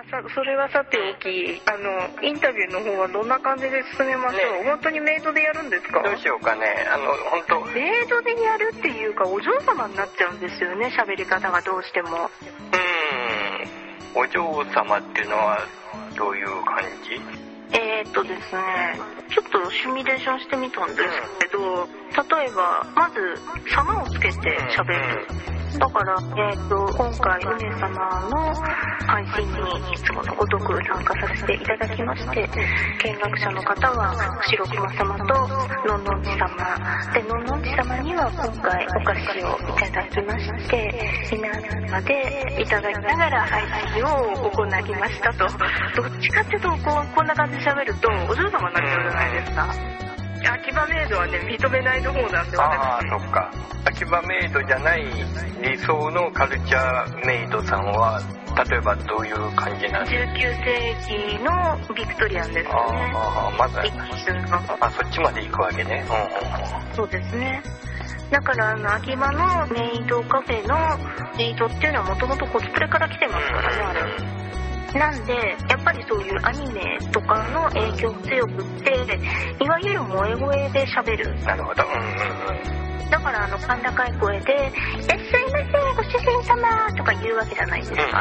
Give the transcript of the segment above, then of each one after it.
それはさておき、インタビューの方はどんな感じで進めましょう、ね、本当にメイドでやるんですか？ どうしようかね。本当メイドでやるっていうかお嬢様になっちゃうんですよね、喋り方がどうしても。 お嬢様っていうのはどういう感じ？ ですね、ちょっとシミュレーションしてみたんですけど、例えばまず様をつけて喋る、だから、今回ウネ様の配信にいつものごとく参加させていただきまして、見学者の方は白熊様とのんのんち様で、のんのんち様には今回お菓子をいただきまして、皆様でいただきながら配信を行いましたと。どっちかっていうとこんな感じで喋るとお嬢様になっちゃうじゃないですか。秋葉メイドはね、認めないの方なんで。 ああ、そっか。秋葉メイドじゃない理想のカルチャーメイドさんは例えばどういう感じなんですか？ 19世紀のビクトリアンですね。 まずそっちまで行くわけね。 そうですね。だから秋葉のメイドカフェのメイドっていうのはもともとコスプレから来てますからね、あれ。なんでやっぱりそういうアニメとかの影響強くって、いわゆる萌え声で喋る。 なるほど。 だから甲高い声で「いらっしゃいませご主人様」とか言うわけじゃないですか。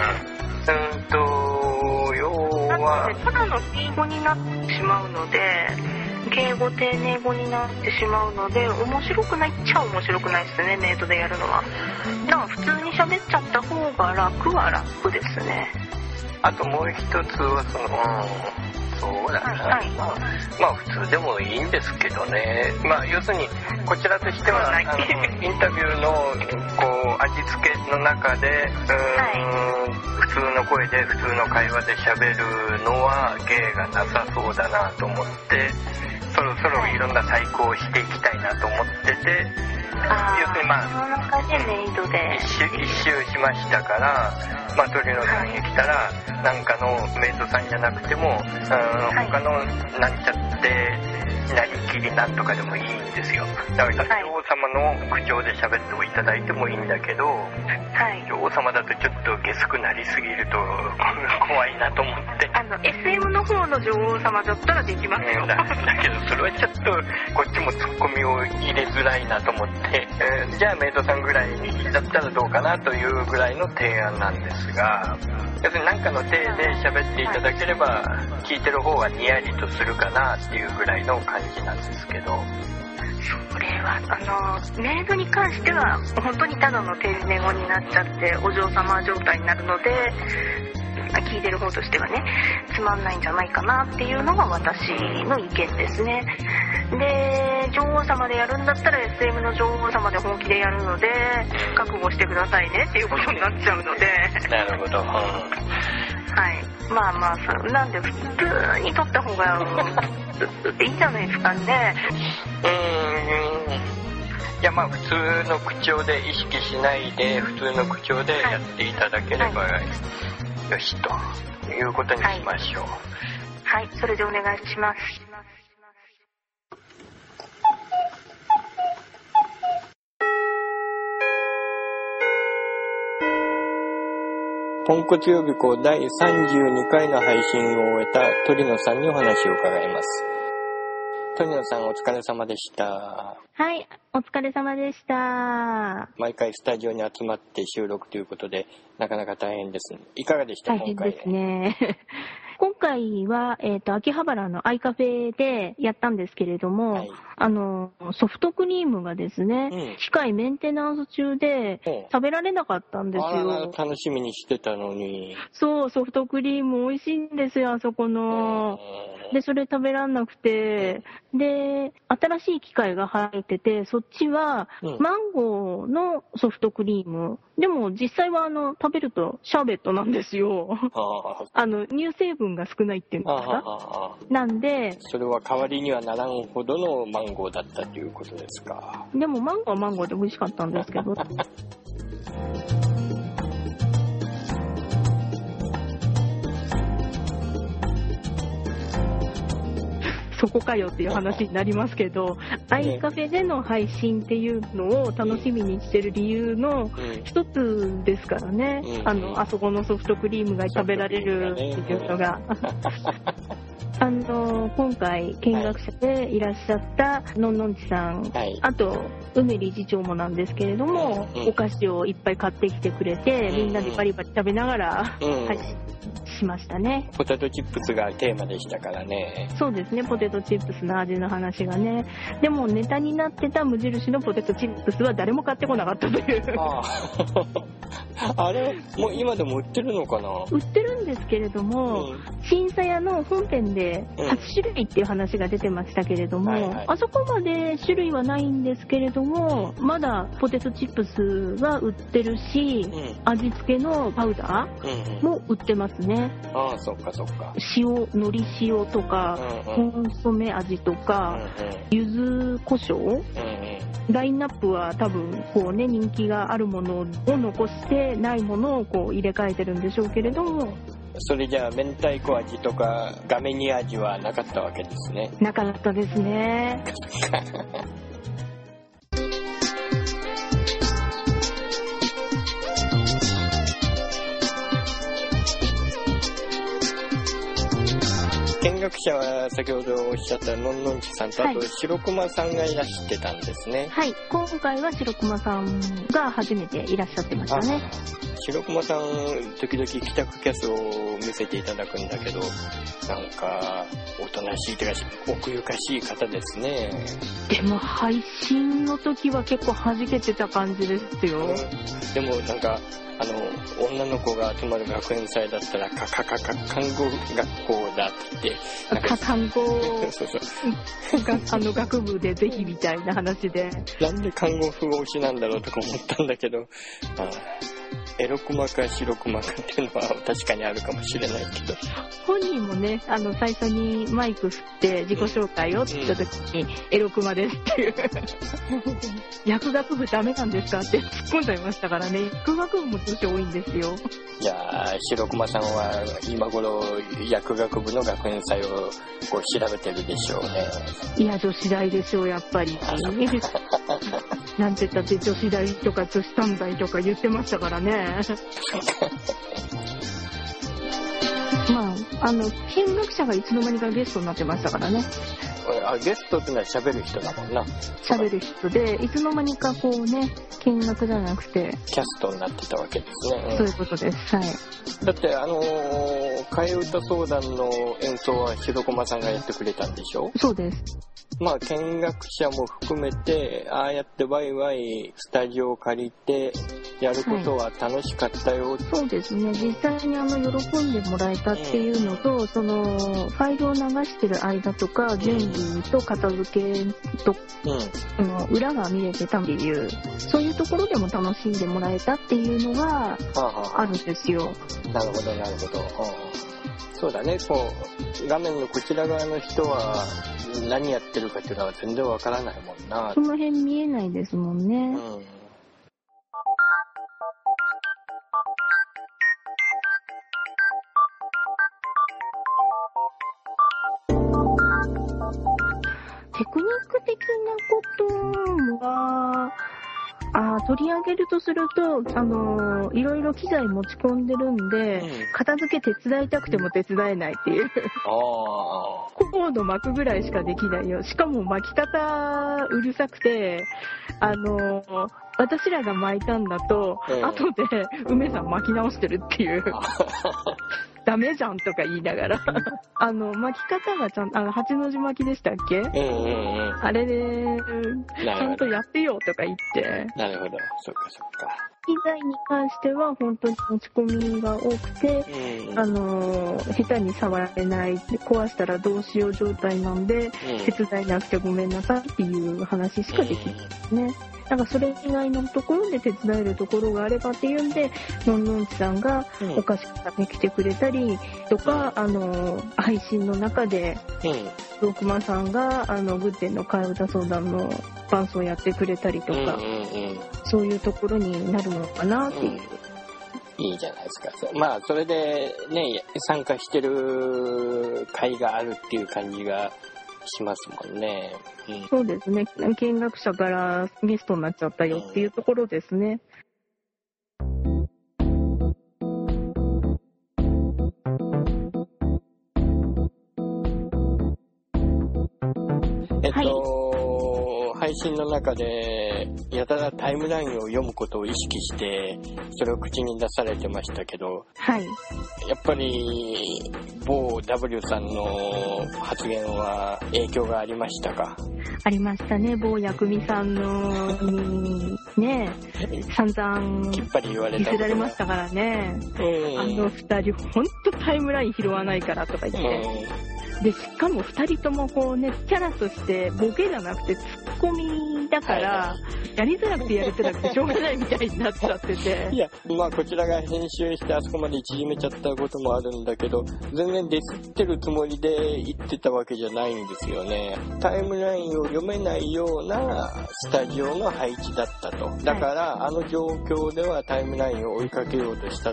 要はただの敬語になってしまうので、敬語丁寧語になってしまうので面白くないっちゃ面白くないですね、メイドでやるのは。だから普通に喋っちゃった方が楽は楽ですね。 あともう一つはそうだな、まあ普通でもいいんですけどね。要するにこちらとしてはインタビューの味付けの中で普通の声で普通の会話で喋るのは芸がなさそうだなと思って、そろそろいろんな細工をしていきたいなと思ってて、要するにその中でメイドで一周しましたから、鳥野さんに来たらなんかのメイドさんじゃなくても他のなんちゃってなりきりなんとかでもいいんですよ。だから女王様の口調で喋っていただいてもいいんだけど、女王様だとちょっとゲスくなりすぎると怖いなと思って、 SM の方の女王様だったらできますよ。 だけどそれはちょっとこっちもツッコミを入れづらいなと思って、じゃあメイドさんぐらいだったらどうかなというぐらいの提案なんですが、要するに何かの体で喋っていただければ聞いてる方はニヤリとするかなっていうぐらいの感じなんですけど、 それはメイドに関しては本当にただの丁寧語になっちゃってお嬢様状態になるので、聞いてる方としてはねつまんないんじゃないかなっていうのが私の意見ですね。で女王様でやるんだったら SM の女王様で本気でやるので覚悟してくださいねっていうことになっちゃうのでなるほど。 なんで普通に撮った方がいいんじゃないですかね。 いや普通の口調で意識しないで普通の口調でやっていただければよしということにしましょう。 はい、それでお願いします。 ポンコツ予備校第32回の配信を終えた鳥野さんにお話を伺います。鳥野さんお疲れ様でした。 はい、お疲れ様でした。 毎回スタジオに集まって収録ということでなかなか大変です。いかがでした？ 大変ですね。今回は、秋葉原のアイカフェでやったんですけれども、ソフトクリームがですね、機械メンテナンス中で食べられなかったんですよ。 楽しみにしてたのに。 そう、ソフトクリーム美味しいんですよ、あそこの。で、それ食べらんなくて、で、新しい機械が入ってて、そっちはマンゴーのソフトクリーム。でも実際は食べるとシャーベットなんですよ。乳成分が少ないっていうんですか。なんでそれは代わりにはならんほどのマンゴーだったということですか。 でもマンゴーはマンゴーで美味しかったんですけどそこかよっていう話になりますけど、アイカフェでの配信っていうのを楽しみにしてる理由の一つですからね、あそこのソフトクリームが食べられるっていうのが今回見学者でいらっしゃったのんのんちさん、はい、あと梅理事長もなんですけれども、お菓子をいっぱい買ってきてくれて、みんなでバリバリ食べながら、しましたね。 ポテトチップスがテーマでしたからね。 そうですね、ポテトチップスの味の話がね。でもネタになってた無印のポテトチップスは誰も買ってこなかったという。 あれもう今でも売ってるのかな。 売ってるんですけれども、審査屋の本編で8種類っていう話が出てましたけれども、あそこまで種類はないんですけれども、まだポテトチップスは売ってるし、味付けのパウダーも売ってますね。 そっかそっか。 海苔塩とか、コンソメ味とか、柚子胡椒、ラインナップは多分こうね、人気があるものを残してないものをこう入れ替えてるんでしょうけれども。 それじゃあ明太子味とかガメ煮味はなかったわけですね。 なかったですね。 見学者は先ほどおっしゃったのんのんちさんと、あと白熊さんがいらしてたんですね。 はい、今回は白熊さんが初めていらっしゃってましたね。 白熊さん時々帰宅キャスを見せていただくんだけど、なんかおとなしいというか奥ゆかしい方ですね。 でも配信の時は結構弾けてた感じですよ。 でもなんか女の子が集まる学園祭だったら看護学校だって言って看護学部でぜひみたいな話で、 なんで看護婦推しなんだろうとか思ったんだけど、エロクマか白クマかっていうのは確かにあるかもしれないけど、 本人もね、最初にマイク振って自己紹介をって言った時に、エロクマですっていう薬学部ダメなんですかって突っ込んじゃいましたからね。薬学部も女子多いんですよ。 じゃあ白クマさんは今頃薬学部の学園祭をこう調べてるでしょうね。 いや、女子大でしょう、やっぱりなんて言ったって女子大とか女子短大とか言ってましたからねまあ、見学者がいつの間にかゲストになってましたからね。 ゲストってのは喋る人だもんな。 喋る人で、いつの間にかこうね、見学じゃなくてキャストになってたわけですね。 そういうことです。はい。 だって替え歌相談の演奏は白駒さんがやってくれたんでしょ。 そうです。 まあ見学者も含めてああやってワイワイスタジオを借りてやることは楽しかったよ、 そうですね。実際に喜んでもらえたっていうのと、そのファイルを流してる間とか準備と片付けと、裏が見れてたっていう、そういうところでも楽しんでもらえたっていうのがあるんですよ。 なるほどなるほど。そうだね。こう画面のこちら側の人は何やってるかっていうのは全然わからないもんな。 その辺見えないですもんね。テクニック的なことは取り上げるとすると、いろいろ機材持ち込んでるんで、片付け手伝いたくても手伝えないっていうコード巻くぐらいしかできないよ。しかも巻き方うるさくて、私らが巻いたんだと、後で梅さん巻き直してるっていうダメじゃんとか言いながら巻き方がちゃんと8の字巻きでしたっけ、あれでちゃんとやってよとか言って。 なるほど、そっかそっか。 機材に関しては本当に持ち込みが多くて、下手に触れない、壊したらどうしよう状態なんで、手伝いなくてごめんなさいっていう話しかできないですね。なんかそれ以外のところで手伝えるところがあればっていうんで、のんのんちさんがお菓子買ってきてくれたりとか、配信の中でロクマさんがグッデンの替え歌相談の伴奏をやってくれたりとか、そういうところになるのかなっていう。 いいじゃないですか。まあそれでね、参加してる会があるっていう感じがしますもんね。 そうですね。見学者からゲストになっちゃったよっていうところですね。 配信の中でやたらタイムラインを読むことを意識してそれを口に出されてましたけど、 はい、 やっぱり某 W さんの発言は影響がありましたか？ ありましたね。某薬味さんのにね散々 きっぱり言われた見せられましたからね。あの二人ほんとタイムライン拾わないからとか言って、でしかも2人ともこうねキャラとしてボケじゃなくてツッコミだから、やりづらくてやりづらくてしょうがないみたいになっちゃってて、 いやまあこちらが編集してあそこまで縮めちゃったこともあるんだけど、全然ディスってるつもりで言ってたわけじゃないんですよね。タイムラインを読めないようなスタジオの配置だったと。だから、あの状況ではタイムラインを追いかけようとしたって、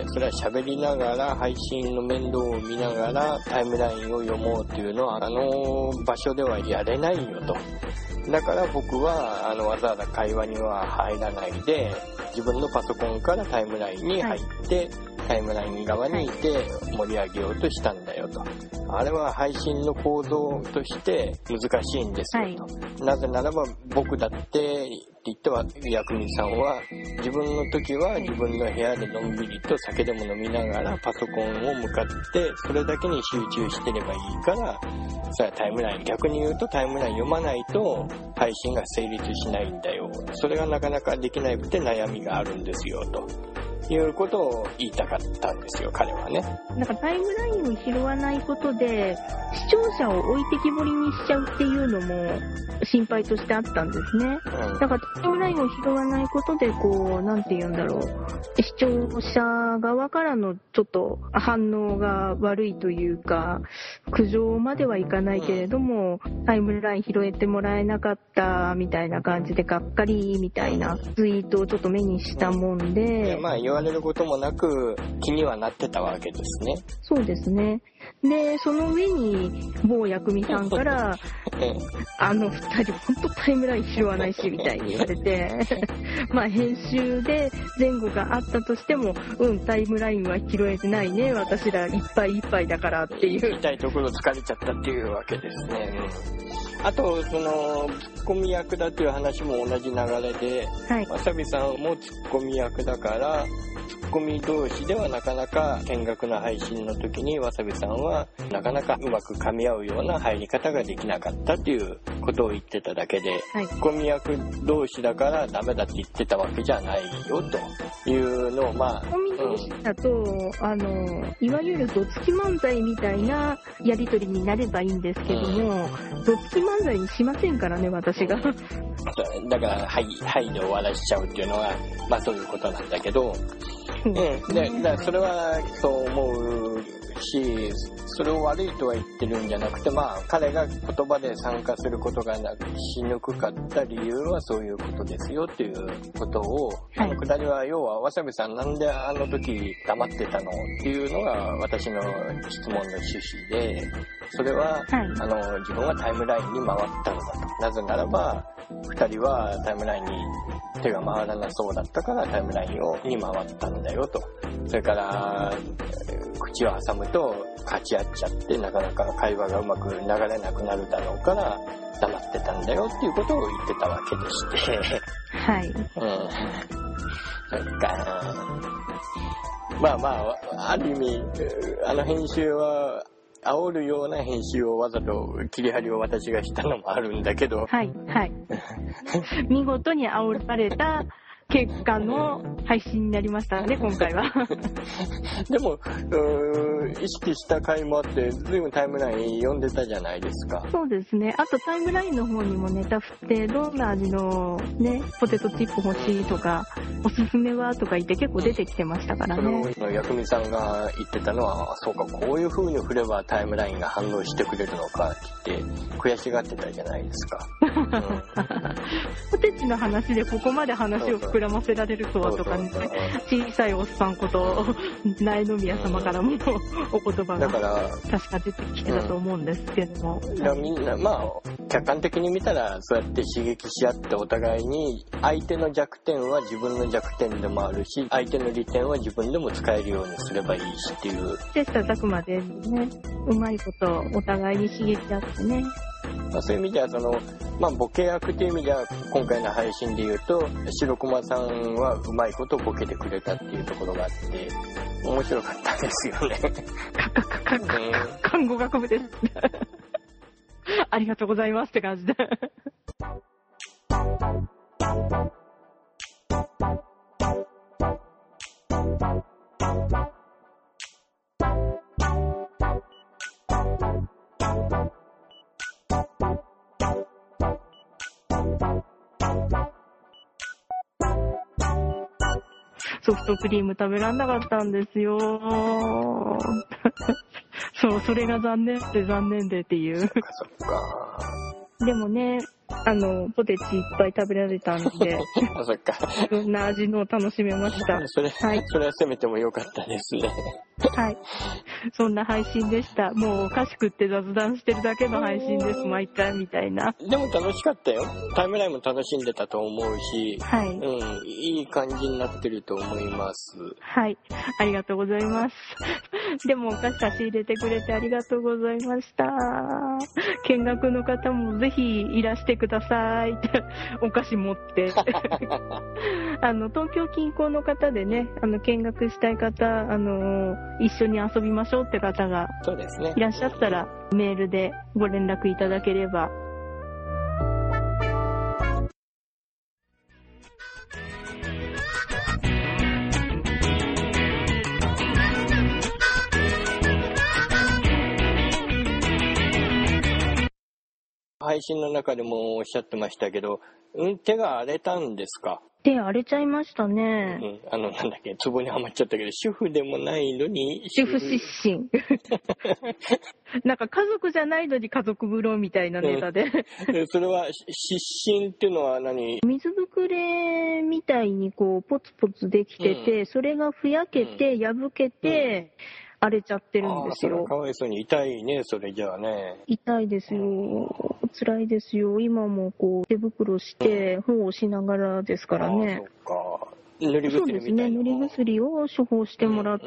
それは喋りながら配信の面倒を見ながらタイムラインを読もうっていうのはあの場所ではやれないよと。だから僕はわざわざ会話には入らないで自分のパソコンからタイムラインに入って、タイムライン側にいて盛り上げようとしたんだよと。あれは配信の構造として難しいんですよと。なぜならば僕だって言っては薬味さんは自分の時は自分の部屋でのんびりと酒でも飲みながらパソコンを向かってそれだけに集中してればいいから、それはタイムライン、逆に言うとタイムライン読まないと配信が成立しないんだよ。それがなかなかできなくて悩みがあるんですよということを言いたかったんですよ、彼はね。 なんかタイムラインを拾わないことで視聴者を置いてきぼりにしちゃうっていうのも心配としてあったんですね。だからタイムラインを拾わないことでこうなんて言うんだろう、視聴者側からのちょっと反応が悪いというか、苦情まではいかないけれども、タイムライン拾えてもらえなかったみたいな感じでがっかりみたいなツイートをちょっと目にしたもんで、 まあ言われることもなく気にはなってたわけですね。 そうですね。でその上に某薬味さんからあの2人本当タイムライン拾わないしみたいに言われてまあ編集で前後があったとしてもタイムラインは拾えてないね、私らいっぱいいっぱいだからっていう痛いところ疲れちゃったっていうわけですね。あとそのツッコミ役だっていう話も同じ流れで、わさびさんもツッコミ役だからツッコミ同士ではなかなか見学の配信の時にわさびさんはなかなかうまく噛み合うような入り方ができなかったっていうことを言ってただけで、ツッコミ役同士だからダメだって言ってたわけじゃないよというのをまあツッコミ同士だといわゆるどつき漫才みたいなやり取りになればいいんですけども、どつき漫才にしませんからね私がだからはいで終わらしちゃうっていうのはまあそういうことなんだけど、でそれはそう思うし、それを悪いとは言ってるんじゃなくて、まあ彼が言葉で参加することがなくしにくかった理由はそういうことですよっていうことを、あのくだりは要はわさびさんなんであの時黙ってたのっていうのが私の質問の趣旨で、それは、自分はタイムラインに回ったのだと。なぜならば2人はタイムラインに手が回らなそうだったからタイムラインに回ったんだよと。それから口を挟むと勝ち合っちゃってなかなか会話がうまく流れなくなるだろうから黙ってたんだよっていうことを言ってたわけでしてそうか。まあまあある意味編集は煽るような編集をわざと切り張りを私がしたのもあるんだけど、見事に煽られた結果の配信になりましたね今回はでも意識した回もあって随分タイムライン読んでたじゃないですか。 そうですね。あとタイムラインの方にもネタ振ってどんな味のねポテトチップ欲しいとかおすすめはとか言って結構出てきてましたからね。 それを薬味さんが言ってたのはそうか、こういう風に振ればタイムラインが反応してくれるのかって言って悔しがってたじゃないですか、 ポテチの話でここまで話を膨らませられるとはとかね、小さいおっさんこと苗宮様からもお言葉が確か出てきてたと思うんですけども、 みんなまあ客観的に見たらそうやって刺激し合ってお互いに相手の弱点は自分の弱点でもあるし、相手の利点は自分でも使えるようにすればいいしっていう切磋琢磨でね、うまいことお互いに刺激合ってね、 そういう意味ではボケ役という意味では今回の配信で言うと白駒さんはうまいことボケてくれたっていうところがあって面白かったですよね。 看護学部ですありがとうございますって感じでソフトクリーム食べらんなかったんですよそう、それが残念でっていう。 そっか。 でもね、ポテチいっぱい食べられたんで、 そっか。 いろんな味のを楽しめました。 それは攻めてもよかったですね。 はい。そんな配信でした。もうおかしくって雑談してるだけの配信です、毎回みたいな。 でも楽しかったよ。タイムラインも楽しんでたと思うし、 はい。 いい感じになってると思います。 はい。ありがとうございます。でもお菓子差し入れてくれてありがとうございました。見学の方もぜひいらしてくださいってお菓子持って東京近郊の方でね、見学したい方、一緒に遊びましょうって方がいらっしゃったら、メールでご連絡いただければ。 配信の中でもおっしゃってましたけど、手が荒れたんですか？ 手荒れちゃいましたね。 なんだっけ、ツボにはまっちゃったけど、主婦でもないのに主婦失神なんか家族じゃないのに家族風呂みたいなネタでそれは失神っていうのは何？ 水ぶくれみたいにこうポツポツできてて、それがふやけて破けて、荒れちゃってるんですよ。 それかわいそうに痛いね、それじゃあね。 痛いですよ。辛いですよ。今もこう手袋して保護しながらですからね。 そっか。塗り薬みたいな。そうですね。塗り薬を処方してもらって、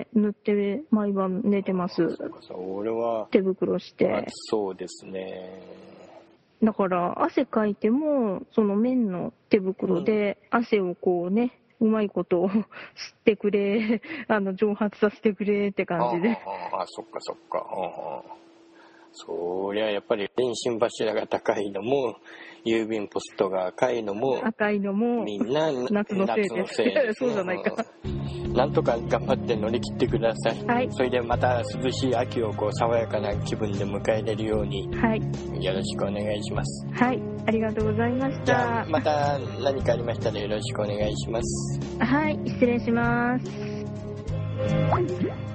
塗って毎晩寝てます。 俺は手袋して。 そうですね。 だから汗かいてもその綿の手袋で汗をこうね。うまいことを吸ってくれ、蒸発させてくれって感じで。 そっか。そりゃやっぱり電信柱が高いのも、郵便ポストが赤いのも、みんな夏のせいです。そうじゃないか。 なんとか頑張って乗り切ってください。はい。それでまた涼しい秋をこう爽やかな気分で迎えれるように、はい。よろしくお願いします。 はい。ありがとうございました。 じゃあまた何かありましたらよろしくお願いします。 はい。失礼します。